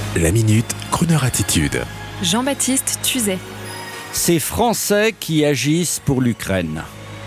La Minute, Crooner Attitude. Jean-Baptiste Tuzet. Ces Français qui agissent pour l'Ukraine.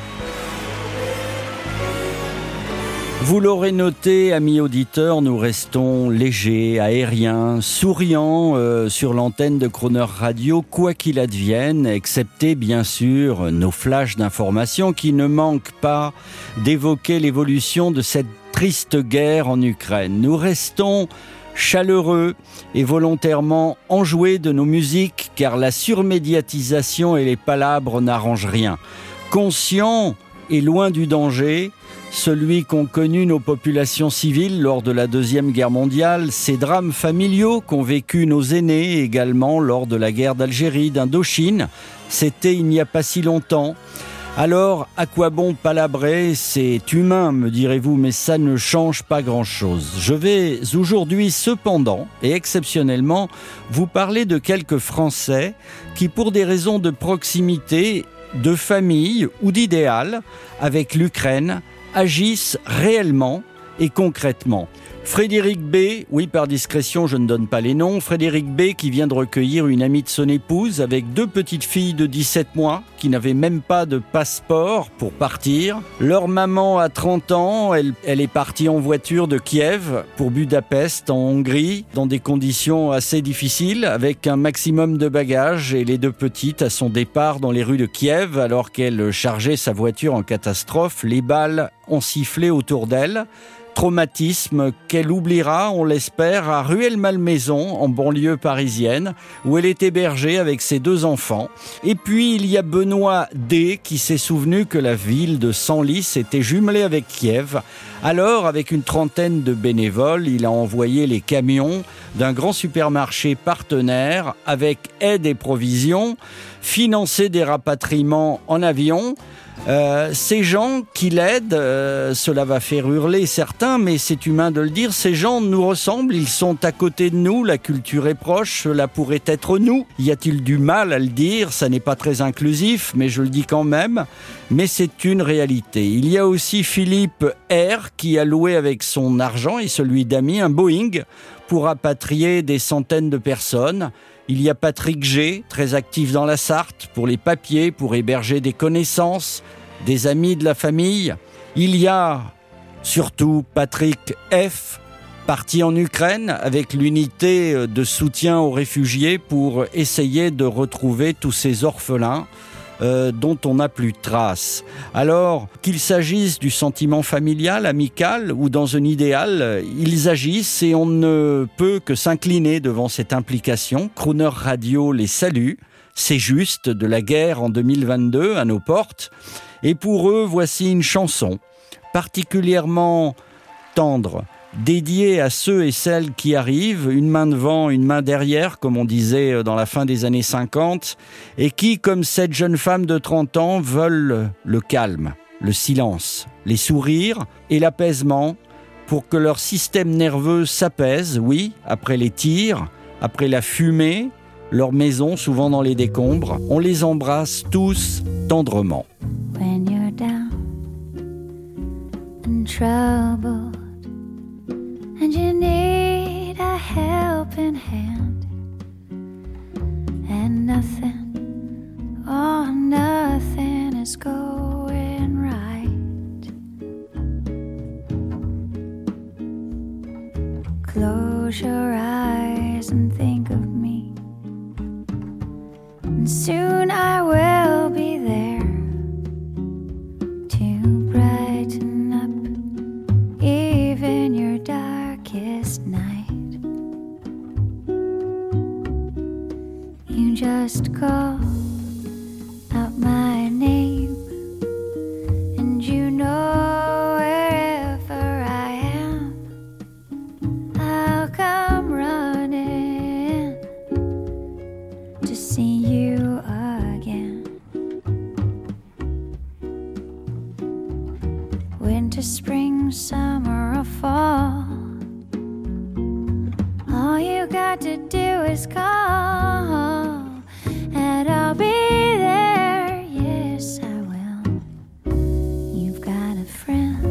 Vous l'aurez noté, amis auditeurs, nous restons légers, aériens, souriants sur l'antenne de Crooner Radio, quoi qu'il advienne, excepté bien sûr nos flashs d'informations qui ne manquent pas d'évoquer l'évolution de cette triste guerre en Ukraine. Nous restons chaleureux et volontairement enjoués de nos musiques, car la surmédiatisation et les palabres n'arrangent rien. Conscients et loin du danger, celui qu'ont connu nos populations civiles lors de la Deuxième Guerre mondiale, ces drames familiaux qu'ont vécu nos aînés également lors de la guerre d'Algérie, d'Indochine, c'était il n'y a pas si longtemps. Alors, à quoi bon palabrer? C'est humain, me direz-vous, mais ça ne change pas grand-chose. Je vais aujourd'hui, cependant, et exceptionnellement, vous parler de quelques Français qui, pour des raisons de proximité, de famille ou d'idéal avec l'Ukraine, agissent réellement et concrètement. Frédéric B, oui par discrétion je ne donne pas les noms, Frédéric B qui vient de recueillir une amie de son épouse avec 2 petites filles de 17 mois qui n'avaient même pas de passeport pour partir. Leur maman a 30 ans, elle est partie en voiture de Kiev pour Budapest en Hongrie dans des conditions assez difficiles avec un maximum de bagages et les 2 petites à son départ dans les rues de Kiev alors qu'elle chargeait sa voiture en catastrophe, les balles ont sifflé autour d'elle. Traumatisme qu'elle oubliera, on l'espère, à Rueil-Malmaison, en banlieue parisienne, où elle est hébergée avec ses 2 enfants. Et puis, il y a Benoît D, qui s'est souvenu que la ville de Senlis était jumelée avec Kiev. Alors, avec une trentaine de bénévoles, il a envoyé les camions d'un grand supermarché partenaire avec aide et provisions, financé des rapatriements en avion. Ces gens qui l'aident, cela va faire hurler certains, mais c'est humain de le dire, ces gens nous ressemblent, ils sont à côté de nous, la culture est proche, cela pourrait être nous. Y a-t-il du mal à le dire? Ça n'est pas très inclusif, mais je le dis quand même. Mais c'est une réalité. Il y a aussi Philippe R qui a loué avec son argent et celui d'amis un Boeing pour rapatrier des centaines de personnes. Il y a Patrick G, très actif dans la Sarthe, pour les papiers, pour héberger des connaissances, des amis de la famille. Il y a surtout Patrick F, parti en Ukraine avec l'unité de soutien aux réfugiés pour essayer de retrouver tous ces orphelins dont on n'a plus de traces. Alors, qu'il s'agisse du sentiment familial, amical ou dans un idéal, ils agissent et on ne peut que s'incliner devant cette implication. Crooner Radio les salue. C'est juste de la guerre en 2022 à nos portes. Et pour eux, voici une chanson particulièrement tendre, dédié à ceux et celles qui arrivent, une main devant, une main derrière, comme on disait dans la fin des années 50, et qui, comme cette jeune femme de 30 ans, veulent le calme, le silence, les sourires et l'apaisement pour que leur système nerveux s'apaise, oui, après les tirs, après la fumée, leur maison souvent dans les décombres. On les embrasse tous tendrement. When you're down and troubled and you need a helping hand, and nothing, oh nothing is going right. Close your eyes and think of me, and soon I will be there to brighten up even your darkest night. You just call out my name, and you know wherever I am, I'll come running to see you again. Winter, spring, summer, or fall, all you got to do is call, and I'll be there. Yes, I will. You've got a friend.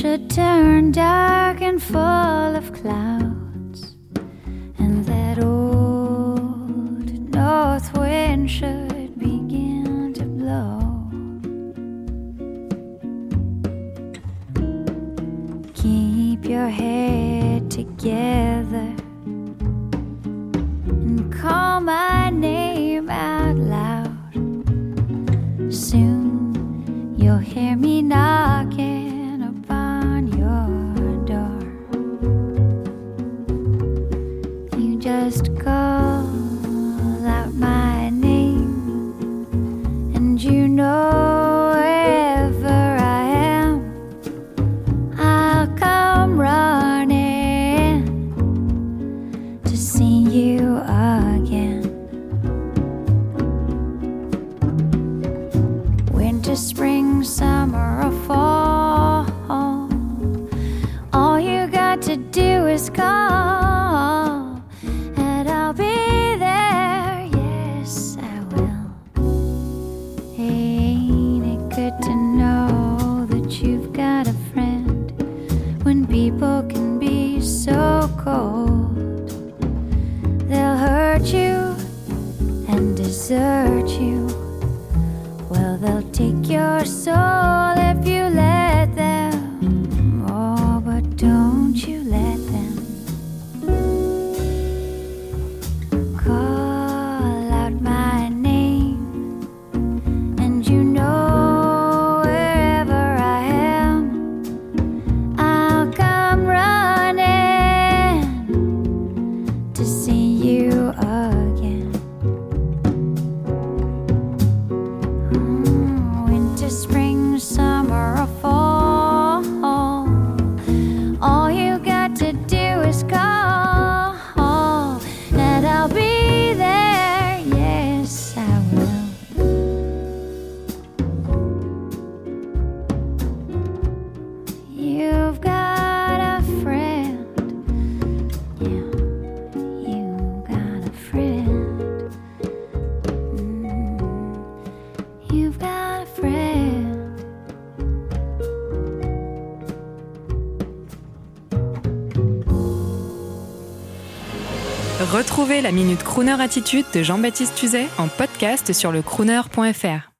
should turn dark and full of clouds, and that old north wind should begin to blow. Keep your head together and call my name out loud. Soon you'll hear me knocking upon your door. You just call out my name, and you know wherever I am, I'll come running to see you again. Winter, spring, summer, or fall, all you got to do is call, and I'll be there. Yes, I will. Ain't it good to know that you've got a friend when people can be so cold? They'll hurt you and desert you. Well, they'll take your soul if you let them. Oh, but don't you let them. Call out my name, and you know wherever I am, I'll come running to see you again. Winter, spring, summer, or fall, all you got to do is call, and I'll be there. Yes, I will. You've got a friend. Yeah, you've got a friend. You've got a friend. Retrouvez la Minute Crooner Attitude de Jean-Baptiste Tuzet en podcast sur lecrooner.fr.